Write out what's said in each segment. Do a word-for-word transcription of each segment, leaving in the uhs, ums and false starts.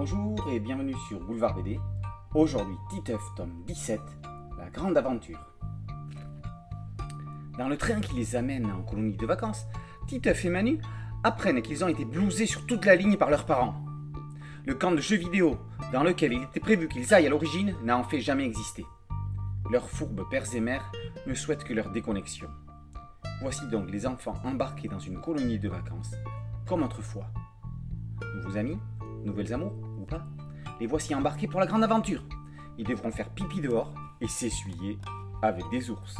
Bonjour et bienvenue sur Boulevard B D. Aujourd'hui, Titeuf, tome dix-sept, la grande aventure. Dans le train qui les amène en colonie de vacances, Titeuf et Manu apprennent qu'ils ont été blousés sur toute la ligne par leurs parents. Le camp de jeux vidéo dans lequel il était prévu qu'ils aillent à l'origine n'a en fait jamais existé. Leurs fourbes pères et mères ne souhaitent que leur déconnexion. Voici donc les enfants embarqués dans une colonie de vacances, comme autrefois. Nouveaux amis, nouvelles amours ou pas, les voici embarqués pour la grande aventure. Ils devront faire pipi dehors et s'essuyer avec des ours.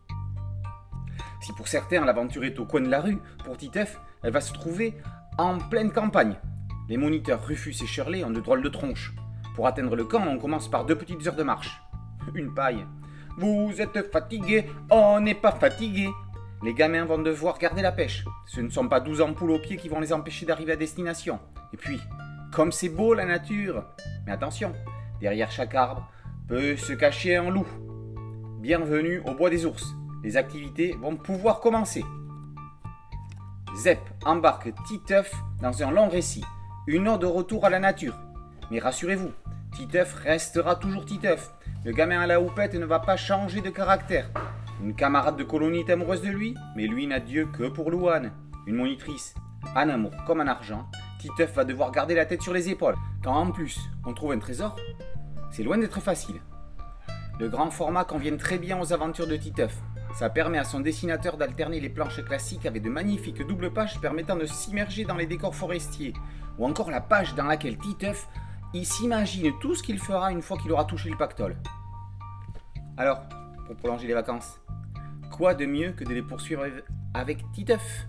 Si pour certains l'aventure est au coin de la rue, pour Titeuf, elle va se trouver en pleine campagne. Les moniteurs Rufus et Shirley ont de drôles de tronches. Pour atteindre le camp, on commence par deux petites heures de marche. Une paille. Vous êtes fatigués, on n'est pas fatigués. Les gamins vont devoir garder la pêche. Ce ne sont pas douze ampoules aux pieds qui vont les empêcher d'arriver à destination. Et puis, comme c'est beau la nature. Mais attention, derrière chaque arbre peut se cacher un loup. Bienvenue au bois des ours. Les activités vont pouvoir commencer. Zep embarque Titeuf dans un long récit, une ode de retour à la nature. Mais rassurez-vous, Titeuf restera toujours Titeuf. Le gamin à la houppette ne va pas changer de caractère. Une camarade de colonie est amoureuse de lui, mais lui n'a Dieu que pour Louane. Une monitrice, en amour comme en argent, Titeuf va devoir garder la tête sur les épaules. Quand en plus on trouve un trésor, c'est loin d'être facile. Le grand format convient très bien aux aventures de Titeuf. Ça permet à son dessinateur d'alterner les planches classiques avec de magnifiques doubles pages permettant de s'immerger dans les décors forestiers. Ou encore la page dans laquelle Titeuf il s'imagine tout ce qu'il fera une fois qu'il aura touché le pactole. Alors, pour prolonger les vacances, quoi de mieux que de les poursuivre avec Titeuf?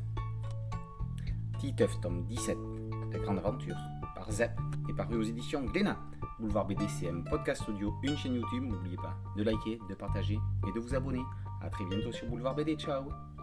Titeuf, tome dix-sept, la grande aventure, par Zep et paru aux éditions Glénat. Boulevard B D C M, podcast audio, une chaîne YouTube. N'oubliez pas de liker, de partager et de vous abonner. A très bientôt sur Boulevard B D. Ciao.